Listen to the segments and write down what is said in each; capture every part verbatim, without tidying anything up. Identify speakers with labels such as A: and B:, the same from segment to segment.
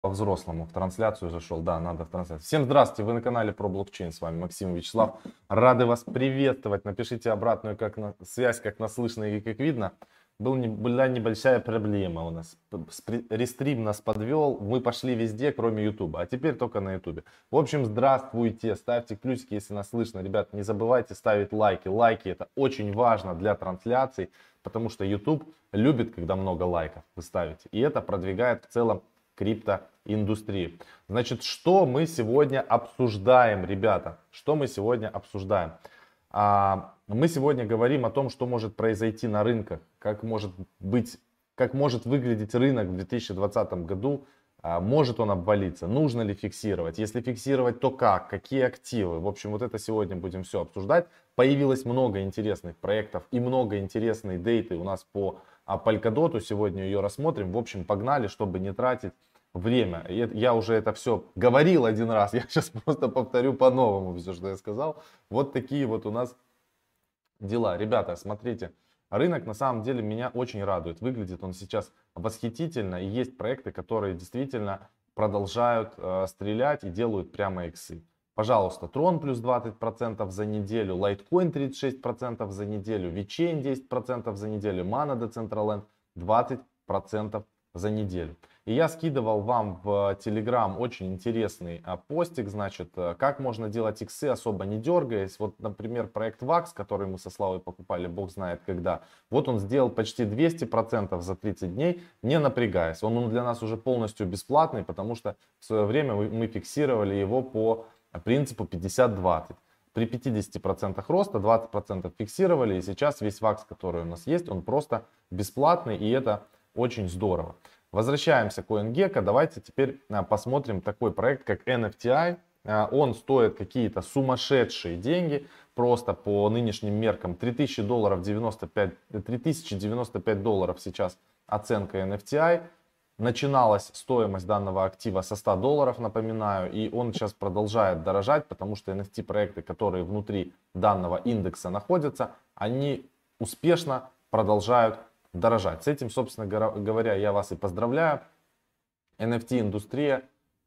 A: По-взрослому в трансляцию зашел, да, надо в трансляцию. Всем здравствуйте, вы на канале про блокчейн, с вами Максим и Вячеслав. Рады вас приветствовать, напишите обратную как на, связь, как нас слышно и как видно. Был, не, была небольшая проблема у нас, рестрим нас подвел, мы пошли везде, кроме ютуба, а теперь только на ютубе. В общем, здравствуйте, ставьте плюсики, если нас слышно. Ребят, не забывайте ставить лайки, лайки это очень важно для трансляций, потому что YouTube любит, когда много лайков вы ставите, и это продвигает в целом криптоиндустрии. Значит, что мы сегодня обсуждаем, ребята? Что мы сегодня обсуждаем? А, мы сегодня говорим о том, что может произойти на рынках, как может быть, как может выглядеть рынок в две тысячи двадцатом году, а, может он обвалиться, нужно ли фиксировать, если фиксировать, то как, какие активы. В общем, вот это сегодня будем все обсуждать. Появилось много интересных проектов и много интересной дейты у нас по Polkadot. Сегодня ее рассмотрим. В общем, погнали, чтобы не тратить время. Я уже это все говорил один раз, я сейчас просто повторю по-новому все, что я сказал. Вот такие вот у нас дела. Ребята, смотрите, рынок на самом деле меня очень радует. Выглядит он сейчас восхитительно. И есть проекты, которые действительно продолжают э, стрелять и делают прямо иксы. Пожалуйста, Tron плюс двадцать процентов за неделю, Litecoin тридцать шесть процентов за неделю, VeChain десять процентов за неделю, Mana Decentraland двадцать процентов за неделю. И я скидывал вам в Telegram очень интересный а, постик, значит, как можно делать иксы, особо не дергаясь. Вот, например, проект вакс, который мы со Славой покупали, бог знает когда. Вот он сделал почти двести процентов за тридцать дней, не напрягаясь. Он, он для нас уже полностью бесплатный, потому что в свое время мы, мы фиксировали его по принципу пятьдесят двадцать. При пятидесяти процентах роста двадцать процентов фиксировали, и сейчас весь вакс, который у нас есть, он просто бесплатный, и это очень здорово. Возвращаемся к CoinGecko. Давайте теперь посмотрим такой проект, как эн эф ти ай. Он стоит какие-то сумасшедшие деньги, просто по нынешним меркам три тысячи долларов девяносто пять, три тысячи девяносто пять долларов сейчас оценка эн эф ти ай. Начиналась стоимость данного актива со ста долларов, напоминаю, и он сейчас продолжает дорожать, потому что эн эф ти проекты, которые внутри данного индекса находятся, они успешно продолжают дорожать. С этим, собственно говоря, я вас и поздравляю. эн эф ти индустрия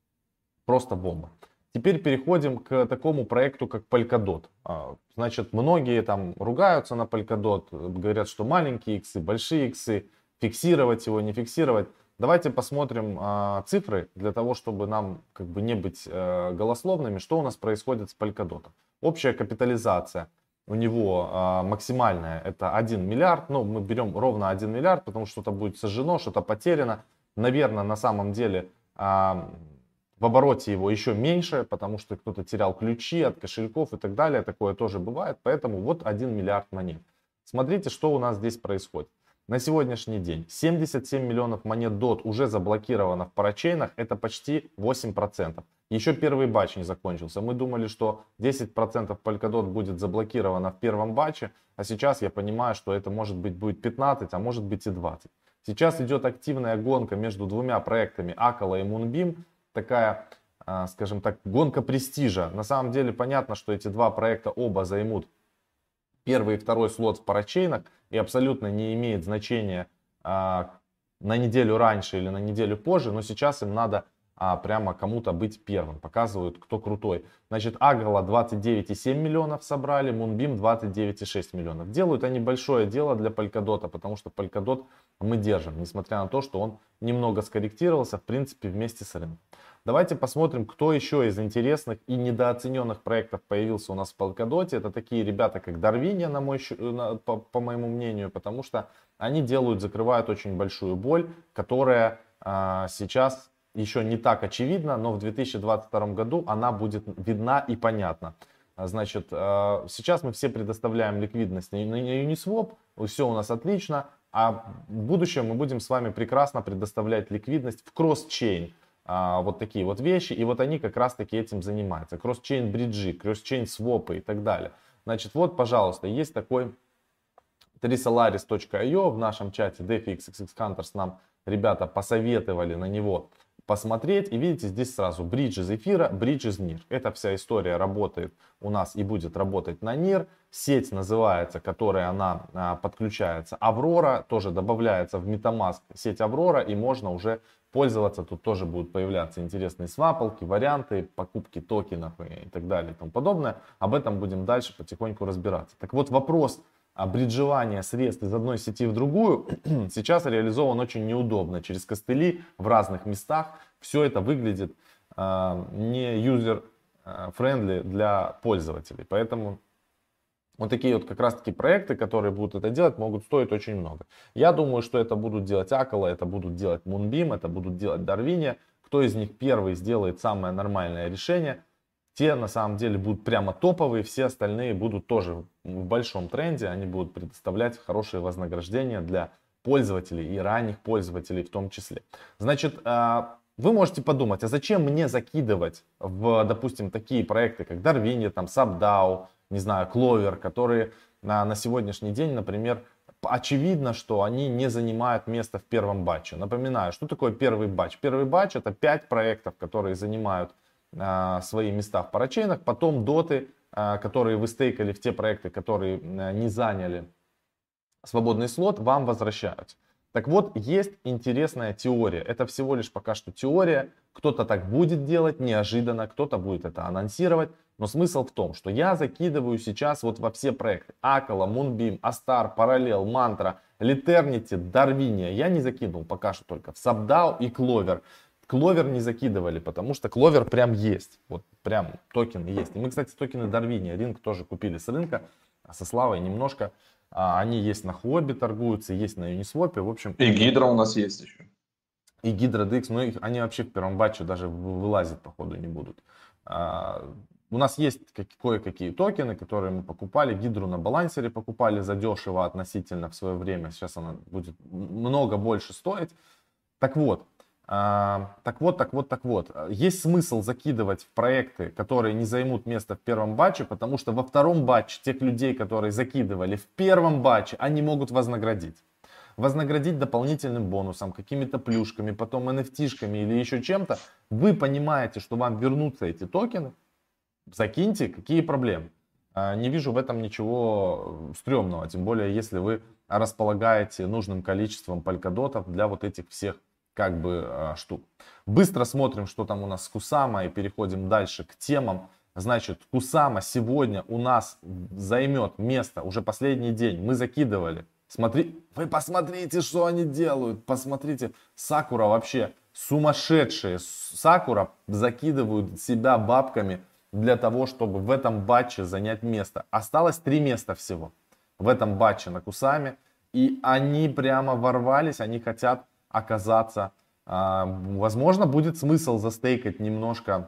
A: просто бомба. Теперь переходим к такому проекту, как Polkadot. Значит, многие там ругаются на Polkadot, говорят, что маленькие иксы, большие иксы, фиксировать его, не фиксировать. Давайте посмотрим а, цифры для того, чтобы нам как бы не быть а, голословными, что у нас происходит с Polkadot. Общая капитализация у него а, максимальная, это один миллиард. Ну, мы берем ровно один миллиард, потому что что-то будет сожжено, что-то потеряно. Наверное, на самом деле а, в обороте его еще меньше, потому что кто-то терял ключи от кошельков и так далее. Такое тоже бывает. Поэтому вот один миллиард монет. Смотрите, что у нас здесь происходит. На сегодняшний день семьдесят семь миллионов монет дот уже заблокировано в парачейнах, это почти восемь процентов. Еще первый батч не закончился. Мы думали, что десять процентов Polkadot будет заблокировано в первом батче, а сейчас я понимаю, что это может быть будет пятнадцать, а может быть и двадцать. Сейчас идет активная гонка между двумя проектами Acala и Moonbeam, такая, скажем так, гонка престижа. На самом деле понятно, что эти два проекта оба займут первый и второй слот в парачейнах, и абсолютно не имеет значения а, на неделю раньше или на неделю позже, но сейчас им надо а, прямо кому-то быть первым, показывают, кто крутой. Значит, Acala двадцать девять и семь миллионов собрали, Moonbeam двадцать девять и шесть миллионов. Делают они большое дело для Polkadot, потому что Polkadot мы держим, несмотря на то, что он немного скорректировался, в принципе, вместе с рынком. Давайте посмотрим, кто еще из интересных и недооцененных проектов появился у нас в Polkadot. Это такие ребята, как Darwinia, на мой, на, по, по моему мнению, потому что они делают, закрывают очень большую боль, которая а, сейчас еще не так очевидна, но в две тысячи двадцать втором году она будет видна и понятна. Значит, а, сейчас мы все предоставляем ликвидность на, на Uniswap, все у нас отлично, а в будущем мы будем с вами прекрасно предоставлять ликвидность в кросс-чейн. А, вот такие вот вещи, и вот они как раз таки этим занимаются. Кросс-чейн бриджи, кросс-чейн свопы и так далее. Значит, вот, пожалуйста, есть такой три solaris точка ай о в нашем чате DeFi икс икс икс Hunters, нам ребята посоветовали на него посмотреть. И видите, здесь сразу бридж из эфира, бридж из нир. Эта вся история работает у нас и будет работать на нир. Сеть называется, которая она а, подключается, Аврора, тоже добавляется в MetaMask сеть Аврора, и можно уже пользоваться. Тут тоже будут появляться интересные свапалки, варианты, покупки токенов и так далее и тому подобное. Об этом будем дальше потихоньку разбираться. Так вот, вопрос о бриджевании средств из одной сети в другую сейчас реализован очень неудобно. Через костыли в разных местах. Все это выглядит э, не юзер-френдли для пользователей. Поэтому вот такие вот как раз таки проекты, которые будут это делать, могут стоить очень много. Я думаю, что это будут делать Акала, это будут делать Moonbeam, это будут делать Darwinia. Кто из них первый сделает самое нормальное решение, те на самом деле будут прямо топовые, все остальные будут тоже в большом тренде, они будут предоставлять хорошие вознаграждения для пользователей и ранних пользователей в том числе. Значит, вы можете подумать, а зачем мне закидывать в, допустим, такие проекты, как Darwinia, там, SubDAO, не знаю, Clover, которые на, на сегодняшний день, например, очевидно, что они не занимают место в первом батче. Напоминаю, что такое первый батч? Первый батч — это пять проектов, которые занимают а, свои места в парачейнах, потом доты, а, которые вы стейкали в те проекты, которые а, не заняли свободный слот, вам возвращаются. Так вот, есть интересная теория. Это всего лишь пока что теория. Кто-то так будет делать неожиданно, кто-то будет это анонсировать. Но смысл в том, что я закидываю сейчас вот во все проекты. Акала, Moonbeam, Astar, Parallel, Mantra, Liternity, Darwinia. Я не закинул пока что только в SubDAO и Clover. Clover не закидывали, потому что Clover прям есть. Вот прям токен есть. И мы, кстати, токены Darwinia, Ринг тоже купили с рынка. Со Славой немножко. Они есть на Хобби торгуются, есть на Uniswap. В общем,
B: и Гидра у нас есть еще.
A: И Гидра ди экс, но их, они вообще в первом батче даже вылазить походу не будут. А, у нас есть кое-какие токены, которые мы покупали. Гидру на балансере покупали задешево относительно в свое время. Сейчас она будет много больше стоить. Так вот, а, так вот, так вот, так вот. Есть смысл закидывать в проекты, которые не займут место в первом батче, потому что во втором батче тех людей, которые закидывали в первом батче, они могут вознаградить. Вознаградить дополнительным бонусом, какими-то плюшками, потом эн эф ти-шками или еще чем-то. Вы понимаете, что вам вернутся эти токены. Закиньте, какие проблемы. Не вижу в этом ничего стрёмного, тем более если вы располагаете нужным количеством полькадотов для вот этих всех как бы штук. Быстро смотрим, что там у нас с Кусама, и переходим дальше к темам. Значит, Кусама сегодня у нас займет место, уже последний день, мы закидывали. Смотри, вы посмотрите, что они делают, посмотрите, Сакура вообще сумасшедшие. Сакура закидывают себя бабками для того, чтобы в этом батче занять место. Осталось три места всего в этом батче на Кусаме, и они прямо ворвались, они хотят оказаться, возможно, будет смысл застейкать немножко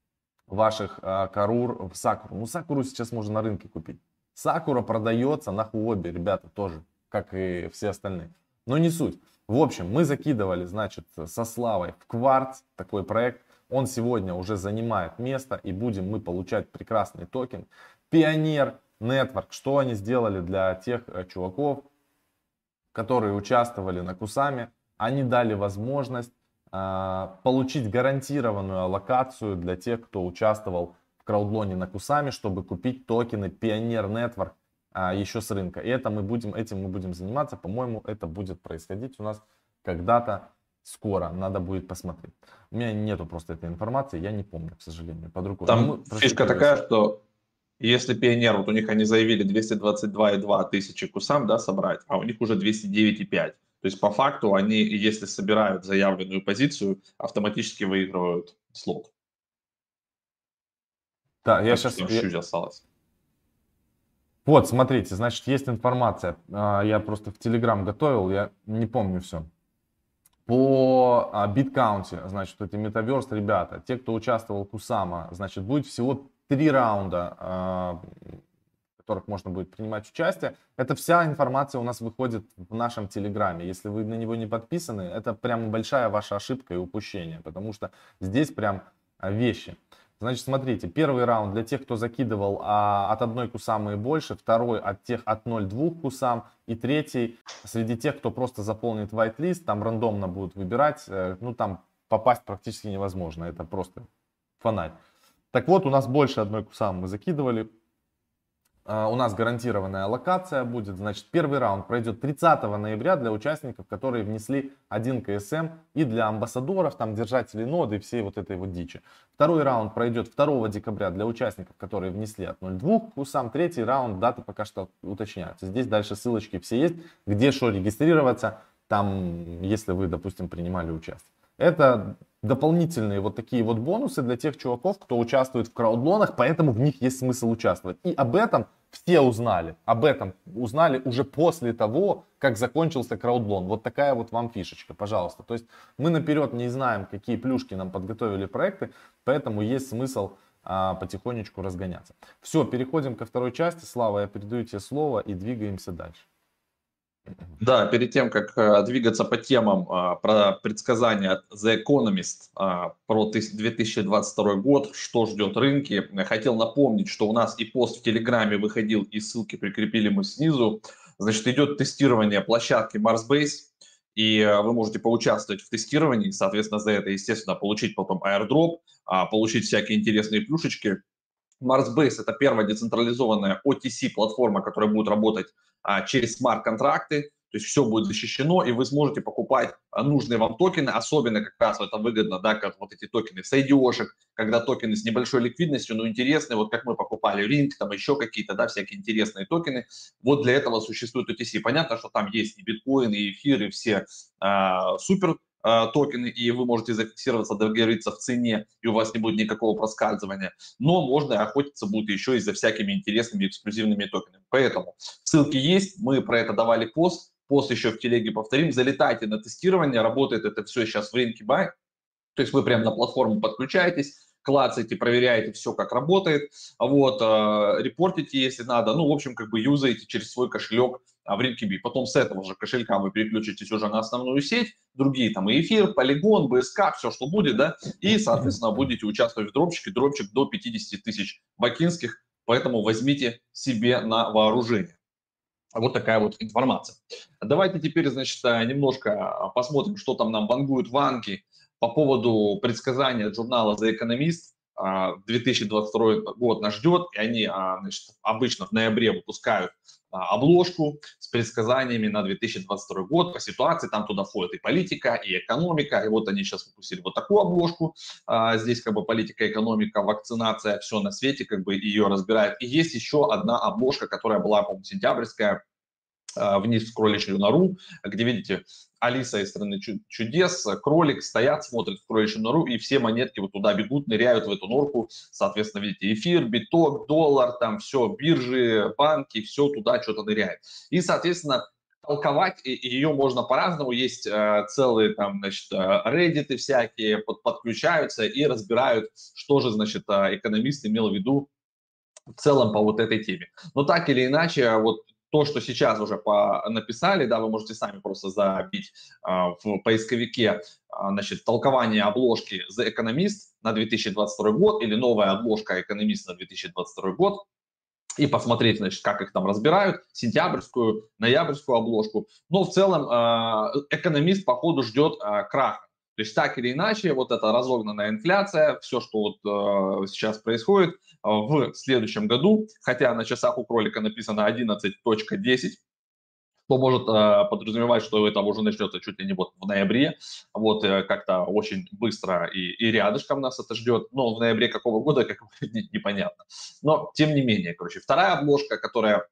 A: ваших Карур в Сакуру. Ну, Сакуру сейчас можно на рынке купить. Сакура продается на Хуоби, ребята, тоже, как и все остальные. Но не суть. В общем, мы закидывали, значит, со Славой в Кварц такой проект. Он сегодня уже занимает место, и будем мы получать прекрасный токен. Пионер Network. Что они сделали для тех чуваков, которые участвовали на Кусаме? Они дали возможность э, получить гарантированную аллокацию для тех, кто участвовал в краудлоне на Кусаме, чтобы купить токены Pioneer Network э, еще с рынка. И это мы будем, этим мы будем заниматься. По-моему, это будет происходить у нас когда-то скоро. Надо будет посмотреть. У меня нету просто этой информации, я не помню, к сожалению, под рукой.
B: Там мы, фишка такая, что если Pioneer, вот у них они заявили двести двадцать два и две тысячи Кусам, да, собрать, а у них уже двести девять и пять. То есть по факту они, если собирают заявленную позицию, автоматически выигрывают слот.
A: Да, я сейчас...
B: Чуть-чуть осталось.
A: Вот, смотрите, значит, есть информация. Я просто в Telegram готовил, я не помню все. По биткаунте, значит, эти метаверс, ребята, те, кто участвовал в Кусама, значит, будет всего три раунда, в которых можно будет принимать участие. Это вся информация у нас выходит в нашем Телеграме. Если вы на него не подписаны, это прям большая ваша ошибка и упущение, потому что здесь прям вещи. Значит, смотрите, первый раунд для тех, кто закидывал а, от одной Кусамы и больше, второй от тех от ноль целых двух Кусам, и третий среди тех, кто просто заполнит whitelist, там рандомно будут выбирать, ну там попасть практически невозможно, это просто фонарь. Так вот, у нас больше одной Кусамы мы закидывали. А, у нас гарантированная локация будет. Значит, первый раунд пройдет тридцатого ноября для участников, которые внесли один ка эс эм, и для амбассадоров, там, держателей ноды и всей вот этой вот дичи. Второй раунд пройдет второго декабря для участников, которые внесли от ноль целых двух к усам. Третий раунд, даты пока что уточняются. Здесь дальше ссылочки все есть, где что регистрироваться, там, если вы, допустим, принимали участие. Это дополнительные вот такие вот бонусы для тех чуваков, кто участвует в краудлонах, поэтому в них есть смысл участвовать. И об этом все узнали. Об этом узнали уже после того, как закончился краудлон. Вот такая вот вам фишечка, пожалуйста. То есть мы наперед не знаем, какие плюшки нам подготовили проекты, поэтому есть смысл а, потихонечку разгоняться. Все, переходим ко второй части. Слава, я передаю тебе слово и двигаемся дальше.
B: Да, перед тем, как э, двигаться по темам а, про предсказания от The Economist а, про тыс- две тысячи двадцать второй год, что ждет рынки, я хотел напомнить, что у нас и пост в Телеграме выходил, и ссылки прикрепили мы снизу. Значит, идет тестирование площадки Marsbase, и э, вы можете поучаствовать в тестировании, соответственно, за это, естественно, получить потом airdrop, а, получить всякие интересные плюшечки. Marsbase — это первая децентрализованная о ти си-платформа, которая будет работать а, через смарт-контракты, то есть все будет защищено, и вы сможете покупать а, нужные вам токены, особенно как раз это выгодно, да, как вот эти токены с ай ди о-шек, когда токены с небольшой ликвидностью, но интересные, вот как мы покупали Rink, там еще какие-то, да, всякие интересные токены, вот для этого существует о ти си. Понятно, что там есть и биткоин, и эфир, и все а, супер токены, и вы можете зафиксироваться, договориться в цене, и у вас не будет никакого проскальзывания. Но можно охотиться будет еще и за всякими интересными эксклюзивными токенами. Поэтому ссылки есть, мы про это давали пост, пост еще в телеге повторим. Залетайте на тестирование, работает это все сейчас в рынке бай. То есть вы прямо на платформу подключаетесь, клацаете, проверяете все, как работает, вот, э, репортите, если надо, ну, в общем, как бы юзаете через свой кошелек а, в рынке би. Потом с этого же кошелька вы переключитесь уже на основную сеть, другие там и эфир, полигон, бэ эс ка, все, что будет, да, и, соответственно, будете участвовать в дропчике, дропчик до пятидесяти тысяч бакинских, поэтому возьмите себе на вооружение. Вот такая вот информация. Давайте теперь, значит, немножко посмотрим, что там нам вангуют ванги по поводу предсказания от журнала The Economist. две тысячи двадцать второй год нас ждет, и они, значит, обычно в ноябре выпускают обложку с предсказаниями на две тысячи двадцать второй год по ситуации. Там туда входит и политика, и экономика. И вот они сейчас выпустили вот такую обложку. Здесь как бы политика, экономика, вакцинация, все на свете как бы ее разбирает. И есть еще одна обложка, которая была, по-моему, сентябрьская, вниз в кроличью нору, где, видите, Алиса из страны чудес, кролик стоят, смотрят в кроличью нору, и все монетки вот туда бегут, ныряют в эту норку. Соответственно, видите, эфир, биток, доллар, там все, биржи, банки, все туда что-то ныряет. И, соответственно, толковать ее можно по-разному. Есть э, целые там, значит, реддиты всякие, под, подключаются и разбирают, что же, значит, экономист имел в виду в целом по вот этой теме. Но так или иначе, вот то, что сейчас уже по написали, да, вы можете сами просто забить а, в поисковике, а, значит, толкование обложки The Economist на две тысячи двадцать второй год или новая обложка Economist на две тысячи двадцать второй год и посмотреть, значит, как их там разбирают, сентябрьскую, ноябрьскую обложку. Но в целом а, экономист по ходу ждет а, краха. То есть так или иначе, вот эта разогнанная инфляция, все, что вот э, сейчас происходит э, в следующем году, хотя на часах у кролика написано одиннадцать десять, что может э, подразумевать, что это уже начнется чуть ли не вот в ноябре, вот э, как-то очень быстро и, и рядышком нас это ждет, но в ноябре какого года, как непонятно. Но тем не менее, короче, вторая обложка, которая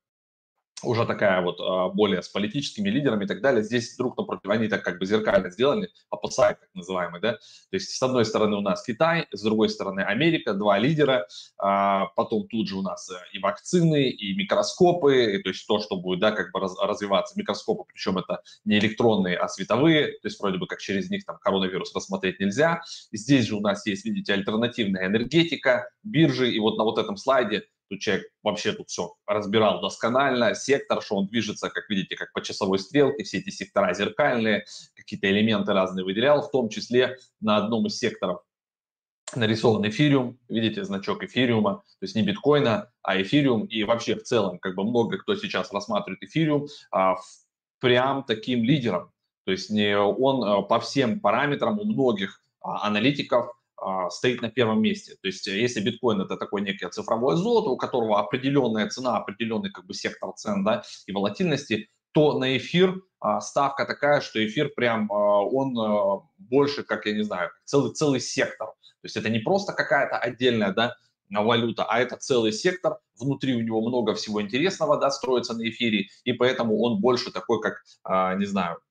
B: уже такая вот более с политическими лидерами и так далее. Здесь друг напротив, они так как бы зеркально сделали, оппосайд так называемый, да. То есть с одной стороны у нас Китай, с другой стороны Америка, два лидера, а потом тут же у нас и вакцины, и микроскопы, и, то есть то, что будет, да, как бы раз, развиваться. Микроскопы, причем это не электронные, а световые, то есть вроде бы как через них там коронавирус рассмотреть нельзя. Здесь же у нас есть, видите, альтернативная энергетика, биржи, и вот на вот этом слайде тут человек вообще тут все разбирал досконально, сектор, что он движется, как видите, как по часовой стрелке, все эти сектора зеркальные, какие-то элементы разные выделял, в том числе на одном из секторов нарисован эфириум, видите, значок эфириума, то есть не биткоина, а эфириум, и вообще в целом, как бы много кто сейчас рассматривает эфириум а, в, прям таким лидером, то есть не, он а, по всем параметрам у многих а, аналитиков а, стоит на первом месте. То есть если биткоин это такое некое цифровое золото, у которого определенная цена, определенный как бы сектор цен, да, и волатильности, то на эфир а, ставка такая, что эфир прям, а, он а, больше, как я не знаю, целый, целый сектор. То есть это не просто какая-то отдельная, да, валюта, а это целый сектор, внутри у него много всего интересного, да, строится на эфире, и поэтому он больше такой, как, а, не знаю,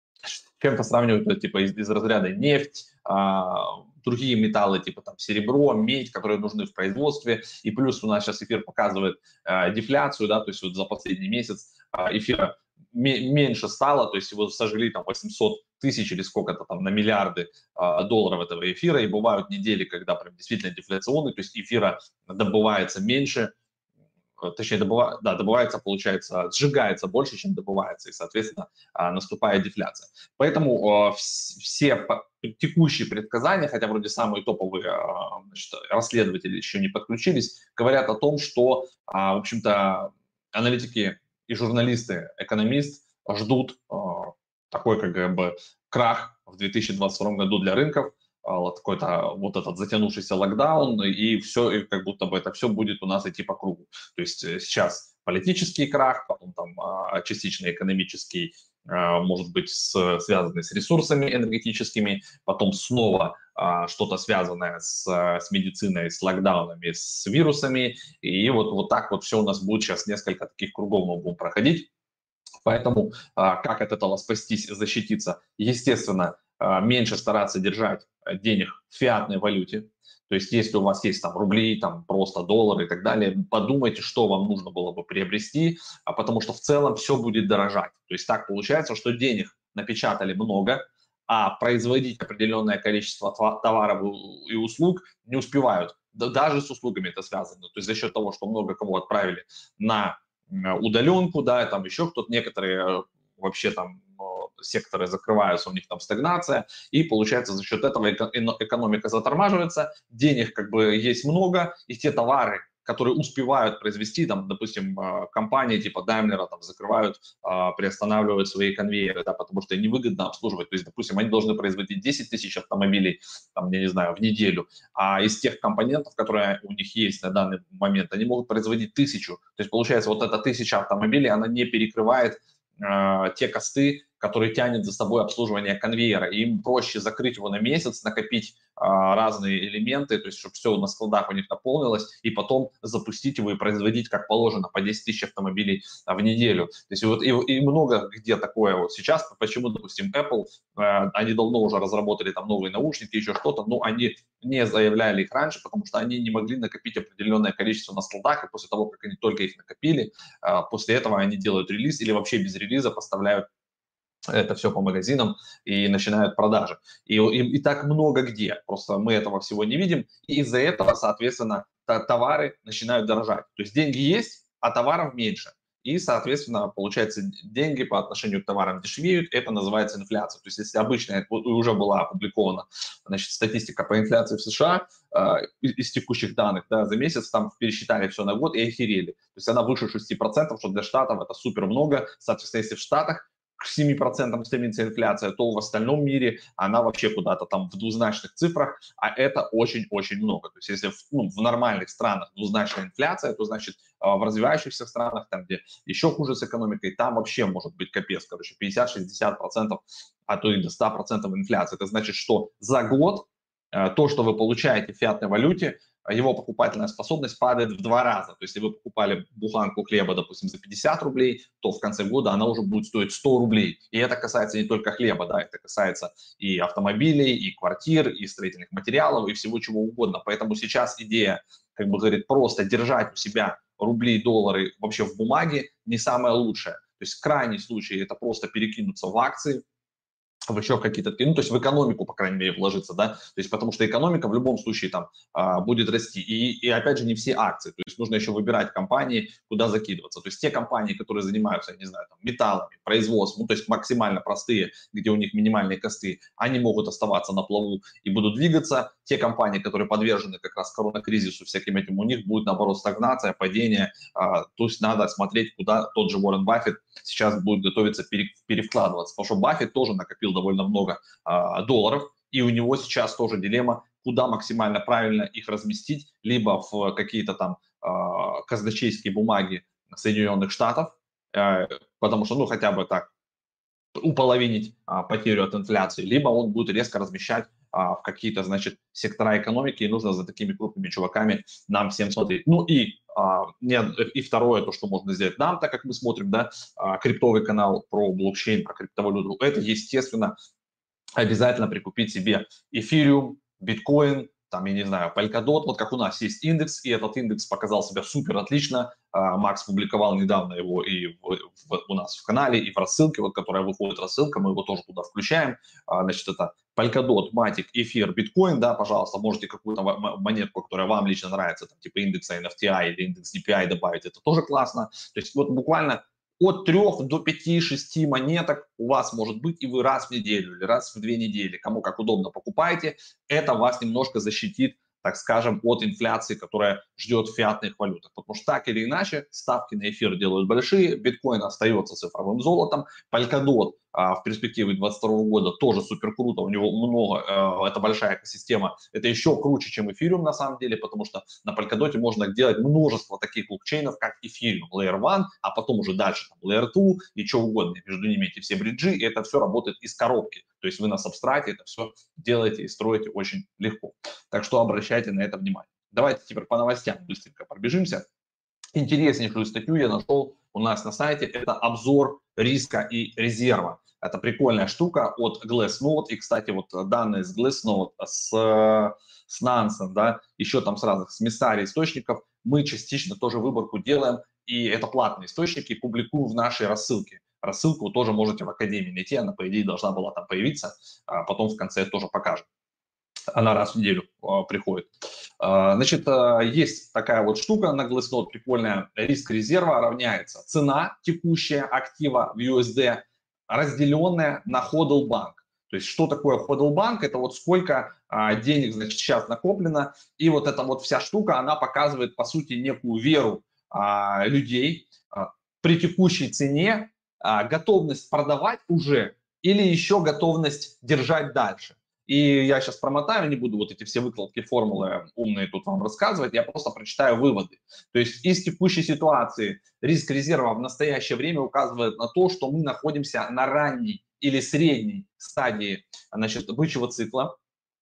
B: с чем-то сравнивают, типа, из, из разряда нефть, а, другие металлы, типа там серебро, медь, которые нужны в производстве, и плюс у нас сейчас эфир показывает а, дефляцию, да, то есть вот за последний месяц а, эфира ме- меньше стало, то есть его сожгли там восемьсот тысяч или сколько-то там на миллиарды а, долларов этого эфира, и бывают недели, когда прям действительно дефляционный, то есть эфира добывается меньше, точнее, добыва, да, добывается, получается, сжигается больше, чем добывается, и, соответственно, а, наступает дефляция. Поэтому э, все по- текущие предсказания, хотя вроде самые топовые а, значит, расследователи еще не подключились, говорят о том, что, а, в общем-то, аналитики и журналисты, экономист ждут а, такой как бы крах в две тысячи двадцать втором году для рынков, а, какой-то вот этот затянувшийся локдаун, и все, и как будто бы это все будет у нас идти по кругу. То есть э, сейчас политический крах, потом там а, частично экономический, а, может быть, с, связанный с ресурсами энергетическими, потом снова а, что-то связанное с, с медициной, с локдаунами, с вирусами, и вот, вот так вот все у нас будет сейчас несколько таких кругов мы будем проходить. Поэтому а, как от этого спастись, защититься? Естественно, а, меньше стараться держать денег в фиатной валюте. То есть если у вас есть там рубли, там просто доллары и так далее, подумайте, что вам нужно было бы приобрести, а потому что в целом все будет дорожать. То есть так получается, что денег напечатали много, а производить определенное количество товаров и услуг не успевают. Даже с услугами это связано. То есть за счет того, что много кого отправили на удаленку, да, там еще кто-то, некоторые вообще там секторы закрываются, у них там стагнация, и получается за счет этого экономика затормаживается, денег как бы есть много, и те товары, которые успевают произвести, там, допустим, компании типа Daimler там закрывают, приостанавливают свои конвейеры, да, потому что невыгодно обслуживать. То есть, допустим, они должны производить десять тысяч автомобилей, там, я не знаю, в неделю, а из тех компонентов, которые у них есть на данный момент, они могут производить тысячу. То есть, получается, вот эта тысяча автомобилей, она не перекрывает э, те косты, которые тянет за собой обслуживание конвейера. И им проще закрыть его на месяц, накопить а, разные элементы, то есть чтобы все на складах у них наполнилось, и потом запустить его и производить как положено по десять тысяч автомобилей а, в неделю. То есть вот и, и много где такое вот сейчас. Почему, допустим, Apple, э, они давно уже разработали там новые наушники, еще что-то, но они не заявляли их раньше, потому что они не могли накопить определенное количество на складах, и после того, как они только их накопили, э, после этого они делают релиз или вообще без релиза поставляют это все по магазинам и начинают продажи. И, и, и так много где. Просто мы этого всего не видим. И из-за этого, соответственно, товары начинают дорожать. То есть деньги есть, а товаров меньше. И, соответственно, получается, деньги по отношению к товарам дешевеют. Это называется инфляция. То есть если обычно, вот уже была опубликована, значит, статистика по инфляции в США э, из текущих данных, да, за месяц там пересчитали все на год и охерели. То есть она выше шести процентов, что для Штатов это супер много. Соответственно, если в Штатах к семи процентам стремится инфляция, то в остальном мире она вообще куда-то там в двузначных цифрах, а это очень-очень много. То есть если в, ну, в нормальных странах двузначная инфляция, то значит в развивающихся странах, там где еще хуже с экономикой, там вообще может быть капец, короче, пятьдесят-шестьдесят процентов, а то и до ста процентов инфляции. Это значит, что за год то, что вы получаете в фиатной валюте, его покупательная способность падает в два раза. То есть, если вы покупали буханку хлеба, допустим, за пятьдесят рублей, то в конце года она уже будет стоить сто рублей. И это касается не только хлеба, да, это касается и автомобилей, и квартир, и строительных материалов, и всего чего угодно. Поэтому сейчас идея, как бы говорит, просто держать у себя рубли и доллары вообще в бумаге не самое лучшее. То есть, крайний случай это просто перекинуться в акции, в еще какие-то, ну, то есть в экономику, по крайней мере, вложиться, да, то есть потому что экономика в любом случае там а, будет расти. И, и опять же, не все акции, то есть нужно еще выбирать компании, куда закидываться. То есть те компании, которые занимаются, я не знаю, там, металлами, производством, ну, то есть максимально простые, где у них минимальные косты, они могут оставаться на плаву и будут двигаться. Те компании, которые подвержены как раз коронакризису, всяким этим, у них будет, наоборот, стагнация, падение. А, то есть надо смотреть, куда тот же Уоррен Баффет сейчас будет готовиться пере, перевкладываться. Потому что Баффет тоже накопил довольно много а, долларов, и у него сейчас тоже дилемма, куда максимально правильно их разместить, либо в какие-то там э, казначейские бумаги Соединенных Штатов, э, потому что, ну, хотя бы так, уполовинить а, потерю от инфляции, либо он будет резко размещать а, в какие-то, значит, сектора экономики, и нужно за такими крупными чуваками нам всем смотреть. Ну и, а, нет, и второе, то, что можно сделать нам, так как мы смотрим, да, а, криптовый канал про блокчейн, про криптовалюту, это, естественно, обязательно прикупить себе эфириум, биткоин, там, я не знаю, Polkadot, вот как у нас есть индекс, и этот индекс показал себя супер отлично. А, Макс публиковал недавно его и в, в, у нас в канале, и в рассылке, вот, которая выходит рассылка, мы его тоже туда включаем. А, значит, это Polkadot, Matic, эфир, биткоин, да, пожалуйста, можете какую-то монетку, которая вам лично нравится, там, типа индекса эн эф ти ай или индекс ди пи ай добавить, это тоже классно. То есть вот буквально от трех до пяти-шести монеток у вас может быть, и вы раз в неделю или раз в две недели, кому как удобно, покупаете. Это вас немножко защитит, так скажем, от инфляции, которая ждет в фиатных валютах. Потому что так или иначе ставки на эфир делают большие, биткоин остается цифровым золотом, Polkadot а, в перспективе двадцать второго года тоже супер круто, у него много, э, это большая экосистема, это еще круче, чем эфириум на самом деле, потому что на Polkadot можно делать множество таких блокчейнов, как эфириум, Layer один, а потом уже дальше там, Layer два и что угодно, между ними эти все бриджи, и это все работает из коробки, то есть вы на сабстрате это все делаете и строите очень легко. Так что обращайте на это внимание. Давайте теперь по новостям быстренько пробежимся. Интереснейшую статью я нашел у нас на сайте. Это обзор риска и резерва. Это прикольная штука от Glassnode. И, кстати, вот данные с Glassnode, с, с Nansen, да, еще там с разных, с Messari источников, мы частично тоже выборку делаем. И это платные источники, публикую в нашей рассылке. Рассылку вы тоже можете в Академии найти, она, по идее, должна была там появиться. А потом в конце тоже покажем. Она раз в неделю а, приходит. А, значит, а, есть такая вот штука на Glassnode прикольная. Риск резерва равняется цена текущая актива в ю эс ди, разделенная на hodl bank. То есть что такое hodl bank? Это вот сколько а, денег, значит, сейчас накоплено. И вот эта вот вся штука, она показывает, по сути, некую веру а, людей а, при текущей цене, а, готовность продавать уже или еще готовность держать дальше. И я сейчас промотаю, не буду вот эти все выкладки, формулы умные тут вам рассказывать, я просто прочитаю выводы. То есть из текущей ситуации риск резерва в настоящее время указывает на то, что мы находимся на ранней или средней стадии, значит, бычьего цикла,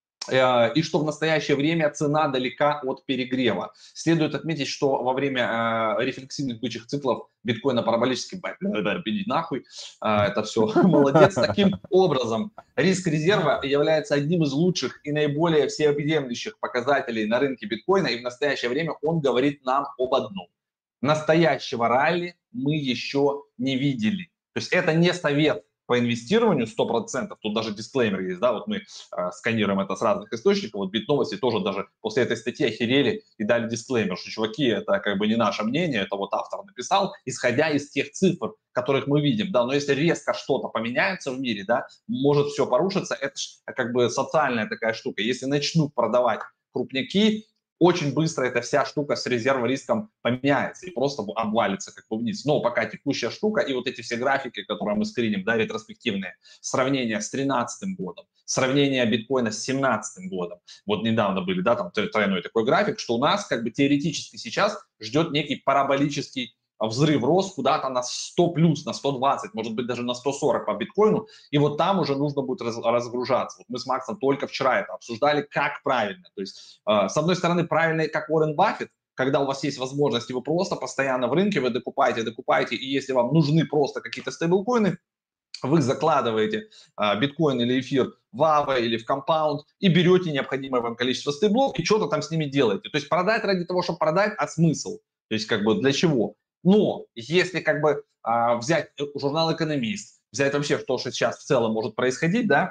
B: и что в настоящее время цена далека от перегрева. Следует отметить, что во время э, рефлексивных бычьих циклов биткоина параболически, иди нахуй, э, это все, молодец. Таким образом, риск резерва является одним из лучших и наиболее всеобъемлющих показателей на рынке биткоина, и в настоящее время он говорит нам об одном. Настоящего ралли мы еще не видели. То есть это не совет по инвестированию сто процентов, тут даже дисклеймер есть, да, вот мы э, сканируем это с разных источников, вот Битновости тоже даже после этой статьи охерели и дали дисклеймер, что, чуваки, это как бы не наше мнение, это вот автор написал, исходя из тех цифр, которых мы видим, да, но если резко что-то поменяется в мире, да, может все порушиться, это ж как бы социальная такая штука, если начнут продавать крупняки, очень быстро эта вся штука с резервным риском поменяется и просто обвалится как бы вниз. Но пока текущая штука и вот эти все графики, которые мы скриним, да, ретроспективные, сравнение с тринадцатым годом, сравнение биткоина с семнадцатым годом, вот недавно были, да, там тройной такой график, что у нас как бы теоретически сейчас ждет некий параболический взрыв рост куда-то на сто плюс, на сто двадцать, может быть даже на сто сорок по биткоину, и вот там уже нужно будет раз, разгружаться. Вот мы с Максом только вчера это обсуждали, как правильно. То есть, э, с одной стороны, правильно, как Уоррен Баффет, когда у вас есть возможность, и вы просто постоянно в рынке, вы докупаете, докупаете, и если вам нужны просто какие-то стейблкоины, вы закладываете э, биткоин или эфир в эй ви или в компаунд и берете необходимое вам количество стейблов и что-то там с ними делаете. То есть продать ради того, чтобы продать, а смысл? То есть как бы для чего? Но если как бы а, взять журнал «Экономист», взять вообще то, что сейчас в целом может происходить, да,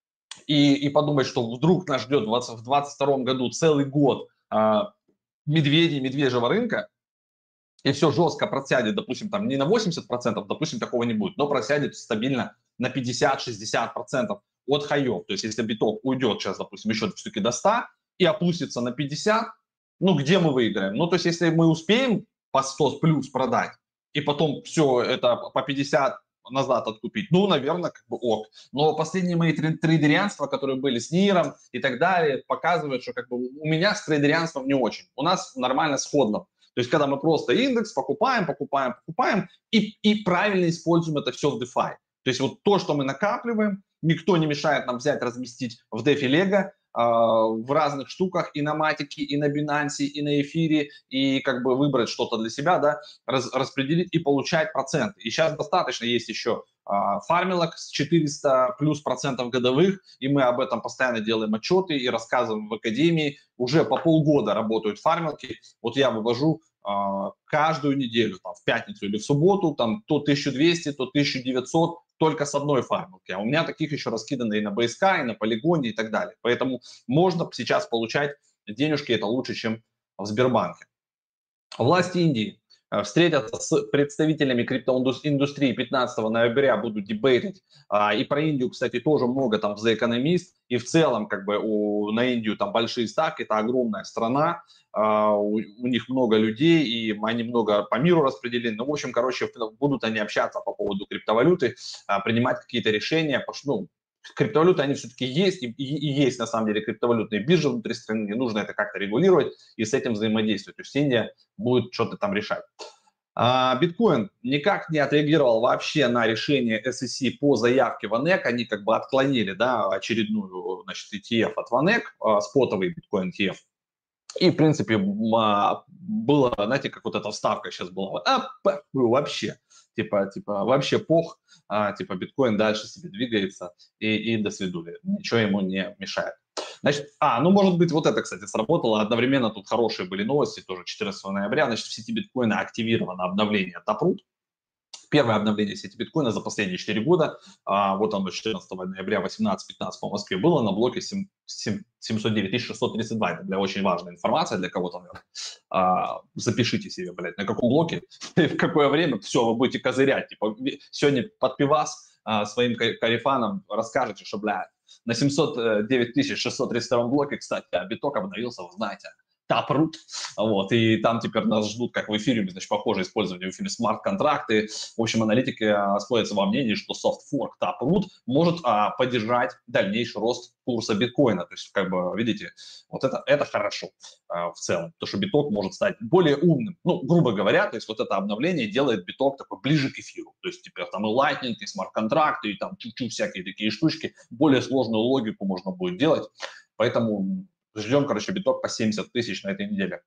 B: и, и подумать, что вдруг нас ждет в двадцать втором году целый год а, медведей, медвежьего рынка, и все жестко просядет, допустим, там не на восемьдесят процентов, допустим, такого не будет, но просядет стабильно на пятьдесят-шестьдесят процентов от хаев. То есть если биток уйдет сейчас, допустим, еще все-таки до ста и опустится на пятьдесят, ну где мы выиграем? Ну то есть если мы успеем по сто плюс продать, и потом все это по пятьдесят назад откупить, ну, наверное, как бы ок. Но последние мои трейдерианства, которые были с НИРом и так далее, показывают, что как бы у меня с трейдерианством не очень. У нас нормально сходно. То есть, когда мы просто индекс покупаем, покупаем, покупаем и, и правильно используем это все в DeFi. То есть, вот то, что мы накапливаем, никто не мешает нам взять, разместить в DeFi Lego, в разных штуках, и на Матике, и на Binance, и на Эфире, и как бы выбрать что-то для себя, да, раз, распределить и получать проценты. И сейчас достаточно есть еще а, фармилок с четыреста плюс процентов годовых, и мы об этом постоянно делаем отчеты и рассказываем в академии. Уже по полгода работают фармилки. Вот я вывожу а, каждую неделю, там, в пятницу или в субботу, там, то тысяча двести, то тысяча девятьсот, только с одной фармилки. А у меня таких еще раскиданы и на би эс кей, и на Полигоне и так далее. Поэтому можно сейчас получать денежки, это лучше, чем в Сбербанке. Власти Индии встретятся с представителями криптоиндустрии пятнадцатого ноября, будут дебейтить. И про Индию, кстати, тоже много там в The Economist. И в целом, как бы, у, на Индию там большие ставки, это огромная страна, у, у них много людей, и они много по миру распределены. Ну, в общем, короче, будут они общаться по поводу криптовалюты, принимать какие-то решения, потому что, ну, криптовалюты, они все-таки есть, и, и, и есть на самом деле криптовалютные биржи внутри страны, не нужно это как-то регулировать и с этим взаимодействовать. То есть Индия будет что-то там решать. А, биткоин никак не отреагировал вообще на решение эс и си по заявке ванек, они как бы отклонили, да, очередную, значит, и ти эф от ванек, спотовый биткоин и ти эф. И, в принципе, было, знаете, как вот эта вставка сейчас была, а, вообще, типа, типа, вообще пох, а, типа, биткоин дальше себе двигается, и, и до свидули, ничего ему не мешает. Значит, а, ну, может быть, вот это, кстати, сработало, одновременно тут хорошие были новости, тоже четырнадцатого ноября, значит, в сети биткоина активировано обновление Taproot. Первое обновление сети биткоина за последние четыре года, а, вот оно четырнадцатого ноября восемнадцать пятнадцать по Москве было на блоке семьсот девять тысяч шестьсот тридцать два. Это для очень важная информация для кого-то. А, запишите себе, блядь, на каком блоке, в какое время, все, вы будете козырять. Типа, сегодня под пивас а, своим карифанам расскажете, что, блядь, на семьсот девять тысяч шестьсот тридцать два блоке, кстати, а биток обновился, вы знаете, Taproot, вот, и там теперь нас ждут, как в эфире, значит, похоже использование в эфире смарт-контракты. В общем, аналитики а, сходятся во мнении, что soft-fork Taproot может а, поддержать дальнейший рост курса биткоина. То есть, как бы, видите, вот это, это хорошо а, в целом, то, что биток может стать более умным. Ну, грубо говоря, то есть вот это обновление делает биток такой ближе к эфиру. То есть теперь там и Lightning, и смарт-контракты, и там чуть-чуть всякие такие штучки. Более сложную логику можно будет делать. Поэтому ждем, короче, биток по семьдесят тысяч на этой неделе.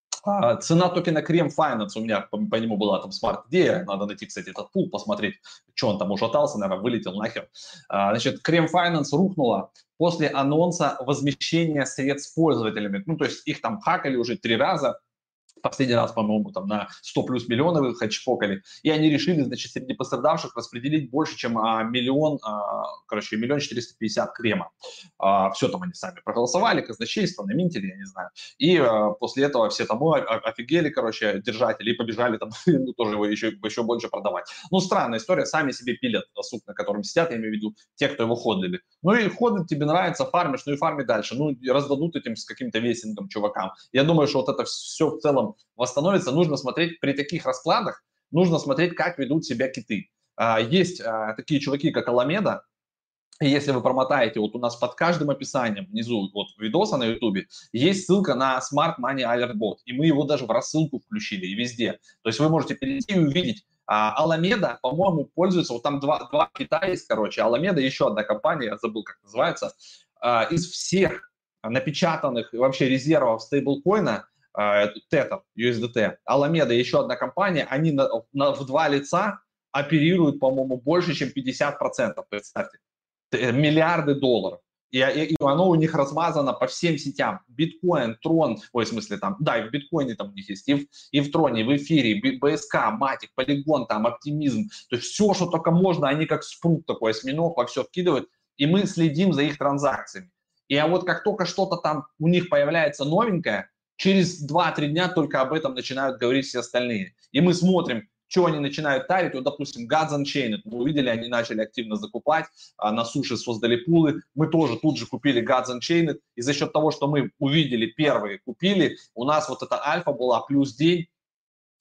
B: А, цена токена Крем Finance у меня по, по нему была там смарт-идея. Надо найти, кстати, этот пул, посмотреть, что он там ушатался, наверное, вылетел нахер. А, значит, Крем Finance рухнула после анонса возмещения средств пользователями. Ну, то есть их там хакали уже три раза. Последний раз, по-моему, там на сто плюс миллионов их отчпокали. И они решили, значит, среди пострадавших распределить больше, чем а, миллион, а, короче, миллион четыреста пятьдесят крема. А, все там они сами проголосовали, казначейство, наминтили, я не знаю. И а, после этого все там офигели, короче, держатели, и побежали там, ну, тоже его еще, еще больше продавать. Ну, странная история, сами себе пилят сук, на котором сидят, я имею в виду те, кто его ходлили. Ну и ходлить тебе нравится, фармишь, ну и фарми дальше. Ну, раздадут этим с каким-то весингом чувакам. Я думаю, что вот это все в целом восстановится. Нужно смотреть при таких раскладах, нужно смотреть, как ведут себя киты. Есть такие чуваки, как Alameda, и если вы промотаете, вот у нас под каждым описанием внизу вот видоса на YouTube есть ссылка на Smart Money Alert Bot, и мы его даже в рассылку включили и везде. То есть вы можете перейти и увидеть. Alameda, по-моему, пользуется, вот там два, два кита есть, короче, Alameda, еще одна компания, я забыл, как называется, из всех напечатанных вообще резервов стейблкоина, Tether, ю эс ди ти, Alameda и еще одна компания, они на, на, в два лица оперируют, по-моему, больше, чем пятьдесят процентов, представьте, миллиарды долларов. И, и, и оно у них размазано по всем сетям. Биткоин, Трон, ой, в смысле там, да, и в биткоине там у них есть, и в, и в Троне, и в эфире, би эс кей, Матик, Полигон, там, Оптимизм. То есть все, что только можно, они как спрут такой, осьминог во все вкидывают, и мы следим за их транзакциями. И а вот как только что-то там у них появляется новенькое, через два-три дня только об этом начинают говорить все остальные. И мы смотрим, что они начинают тарить. Вот, допустим, Gods Unchained. Мы увидели, они начали активно закупать. А на суше создали пулы. Мы тоже тут же купили Gods Unchained. И за счет того, что мы увидели первые, купили, у нас вот эта альфа была плюс день.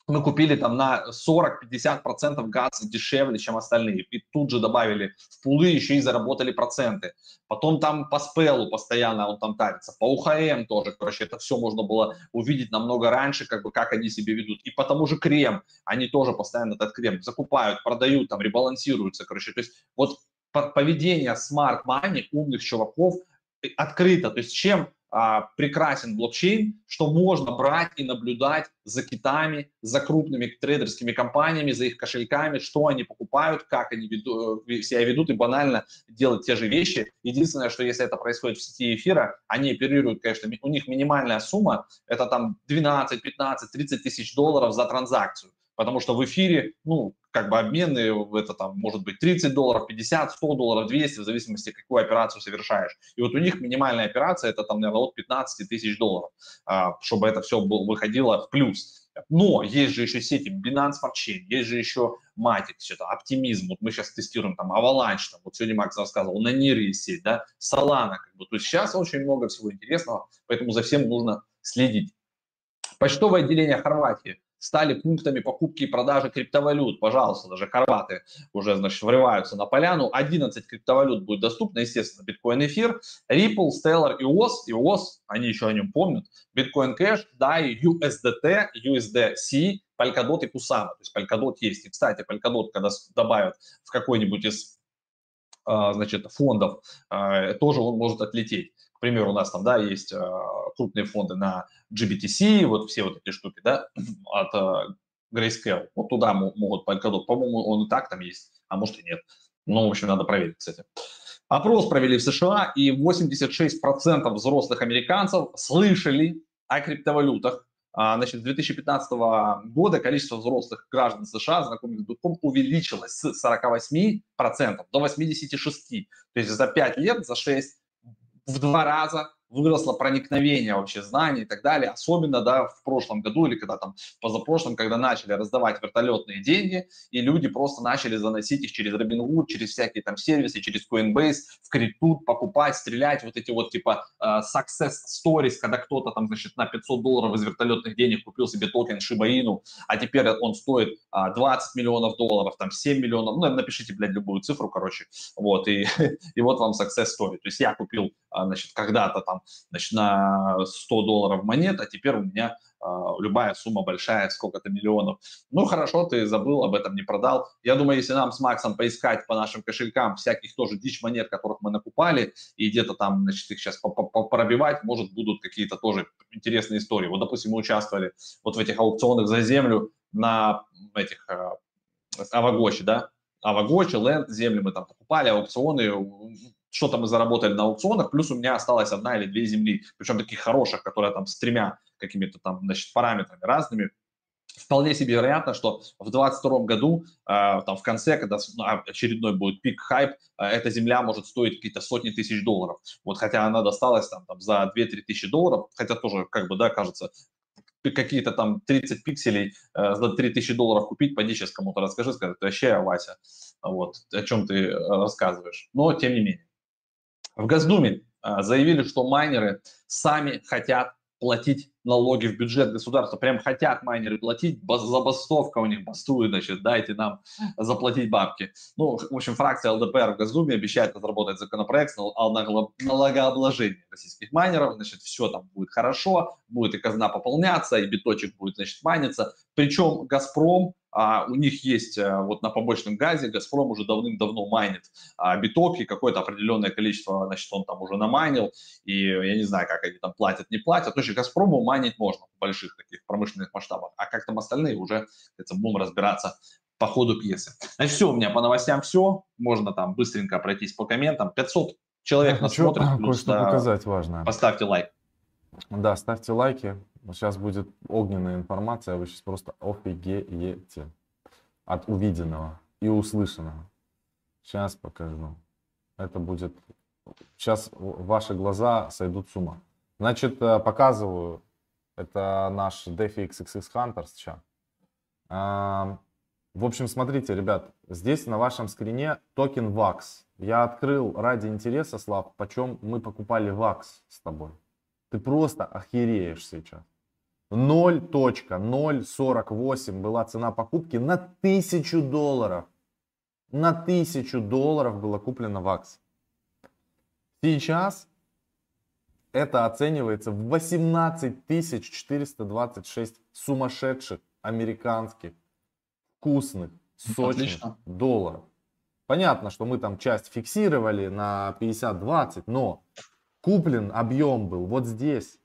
B: мы купили там на сорок-пятьдесят процентов газа дешевле, чем остальные. И тут же добавили в пулы, еще и заработали проценты. Потом там по спелу постоянно он там тарится, по УХМ тоже, короче, это все можно было увидеть намного раньше, как бы, как они себя ведут. И по тому же крем, они тоже постоянно этот крем закупают, продают, там, ребалансируются, короче. То есть вот поведение smart money, умных чуваков, открыто. То есть чем а, прекрасен блокчейн, что можно брать и наблюдать за китами, за крупными трейдерскими компаниями, за их кошельками, что они покупают, как они веду, себя ведут, и банально делать те же вещи. Единственное, что если это происходит в сети эфира, они оперируют, конечно, у них минимальная сумма, это там двенадцать, пятнадцать, тридцать тысяч долларов за транзакцию. Потому что в эфире, ну, как бы обмены, это там может быть тридцать долларов, пятьдесят, сто долларов, двести, в зависимости, какую операцию совершаешь. И вот у них минимальная операция, это там, наверное, от пятнадцати тысяч долларов, чтобы это все выходило в плюс. Но есть же еще сети Binance Smart Chain, есть же еще Matic, что-то, Optimism, вот мы сейчас тестируем там Avalanche, там, вот сегодня Макс рассказывал, на Нир есть сеть, да, Solana, как бы, то есть сейчас очень много всего интересного, поэтому за всем нужно следить. Почтовое отделение Хорватии стали пунктами покупки и продажи криптовалют. Пожалуйста, даже хорваты уже, значит, врываются на поляну. одиннадцать криптовалют будет доступно, естественно, биткоин, эфир, Ripple, Stellar и и о эс. и о эс, они еще о нем помнят. Биткоин Cash, дай, ю эс ди ти, ю эс ди си, Polkadot и Kusama. То есть Polkadot есть. И, кстати, Polkadot, когда добавят в какой-нибудь из, значит, фондов, тоже он может отлететь. К примеру, у нас там, да, есть э, крупные фонды на джи би ти си, вот все вот эти штуки, да, от э, Grayscale. Вот туда могут Polkadot, по-моему, он и так там есть, а может и нет. Ну, в общем, надо проверить, кстати. Опрос провели в США, и восемьдесят шесть процентов взрослых американцев слышали о криптовалютах. А, значит, с две тысячи пятнадцатого года количество взрослых граждан США, знакомых с битком, увеличилось с сорока восьми процентов до восьмидесяти шести процентов. То есть за пять лет, за шесть в два раза выросло проникновение вообще знаний и так далее, особенно, да, в прошлом году или когда там позапрошлом, когда начали раздавать вертолетные деньги, и люди просто начали заносить их через Robinhood, через всякие там сервисы, через Coinbase, в крипту, покупать, стрелять, вот эти вот типа uh, success stories, когда кто-то там, значит, на пятьсот долларов из вертолетных денег купил себе токен Shiba Inu, а теперь он стоит uh, двадцать миллионов долларов, там семь миллионов, ну, напишите, блядь, любую цифру, короче, вот, и, и вот вам success story. То есть я купил, значит, когда-то там, значит, на сто долларов монет, а теперь у меня э, любая сумма большая, сколько-то миллионов. Ну, хорошо, ты забыл, об этом не продал. Я думаю, если нам с Максом поискать по нашим кошелькам всяких тоже дичь монет, которых мы накупали, и где-то там, значит, их сейчас пробивать, может, будут какие-то тоже интересные истории. Вот, допустим, мы участвовали вот в этих аукционах за землю на этих э, Авагочи, да, Авагочи, Ленд, земли мы там покупали, аукционы, что-то мы заработали на аукционах, плюс у меня осталась одна или две земли, причем таких хороших, которые там с тремя какими-то там, значит, параметрами разными. Вполне себе вероятно, что в двадцать втором году, э, там в конце, когда очередной будет пик-хайп, э, эта земля может стоить какие-то сотни тысяч долларов. Вот, хотя она досталась там, там за две-три тысячи долларов, хотя тоже, как бы, да, кажется, какие-то там тридцать пикселей э, за три тысячи долларов купить, пойди сейчас кому-то расскажи, скажи, ты вообще, Вася, вот, о чем ты рассказываешь. Но, тем не менее. В Госдуме а, заявили, что майнеры сами хотят платить налоги в бюджет государства. Прям хотят майнеры платить, забастовка у них бастует, значит, дайте нам заплатить бабки. Ну, в общем, фракция эл дэ пэ эр в Госдуме обещает разработать законопроект о налогообложении российских майнеров. Значит, все там будет хорошо, будет и казна пополняться, и биточек будет, значит, майниться. Причем «Газпром», а, у них есть а, вот на побочном газе, «Газпром» уже давным-давно майнит а, биток, и какое-то определенное количество, значит, он там уже намайнил, и я не знаю, как они там платят, не платят. То есть «Газпрому» майнить можно в больших таких промышленных масштабах, а как там остальные уже, это будем разбираться по ходу пьесы. Значит, все, у меня по новостям все, можно там быстренько пройтись по комментам. пятьсот человек нас смотрят, плюс,
A: кое-что
B: да,
A: показать важное.
B: Поставьте лайк.
A: Да, ставьте лайки. Сейчас будет огненная информация, вы сейчас просто офигеете от увиденного и услышанного. Сейчас покажу. Это будет... Сейчас ваши глаза сойдут с ума. Значит, показываю. Это наш DeFi икс икс икс Hunters чат. В общем, смотрите, ребят, здесь на вашем скрине токен вакс. Я открыл ради интереса, Слав, почем мы покупали вакс с тобой. Ты просто охереешь сейчас. ноль точка ноль сорок восемь была цена покупки на тысячу долларов. На тысячу долларов было куплено вакс. Сейчас это оценивается в восемнадцать тысяч четыреста двадцать шесть сумасшедших американских вкусных, сочных
B: Отлично.
A: долларов. Понятно, что мы там часть фиксировали на пятьдесят двадцать, но куплен объем был вот здесь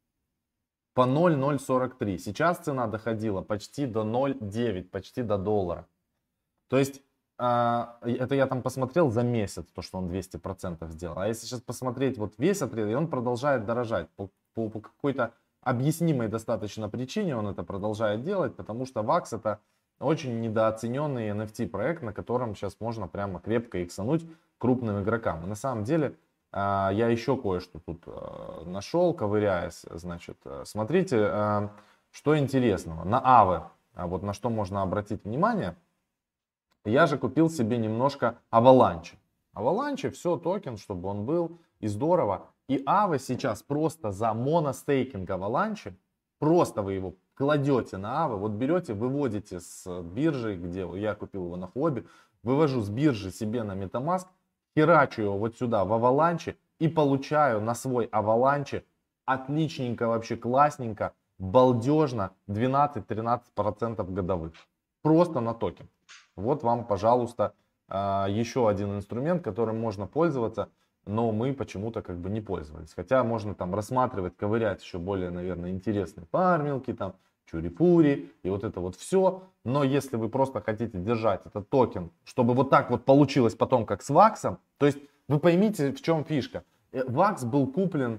A: по ноль целых ноль сорок три. Сейчас цена доходила почти до ноль целых девять, почти до доллара. То есть а, это я там посмотрел за месяц, то, что он двести процентов сделал. А если сейчас посмотреть вот весь отряд, и он продолжает дорожать. По, по, по какой-то объяснимой достаточно причине он это продолжает делать, потому что вакс это очень недооцененный эн эф ти проект, на котором сейчас можно прямо крепко иксануть крупным игрокам. И на самом деле а, я еще кое-что тут а, нашел, ковыряясь. Значит, смотрите, а, что интересного. На АВы, а вот на что можно обратить внимание. Я же купил себе немножко Avalanche. Avalanche, все, токен, чтобы он был, и здорово. И эй ви сейчас просто за моностейкинг Avalanche, просто вы его кладете на эй ви, вот берете, выводите с биржи, где я купил его на Хобби, вывожу с биржи себе на MetaMask, херачу его вот сюда в Avalanche и получаю на свой Avalanche отличненько, вообще классненько, балдежно двенадцать-тринадцать процентов годовых. Просто на токен. Вот вам, пожалуйста, еще один инструмент, которым можно пользоваться, но мы почему-то как бы не пользовались. Хотя можно там рассматривать, ковырять еще более, наверное, интересные фармилки, там, чури-пури и вот это вот все. Но если вы просто хотите держать этот токен, чтобы вот так вот получилось потом, как с ваксом, то есть вы поймите, в чем фишка. Вакс был куплен,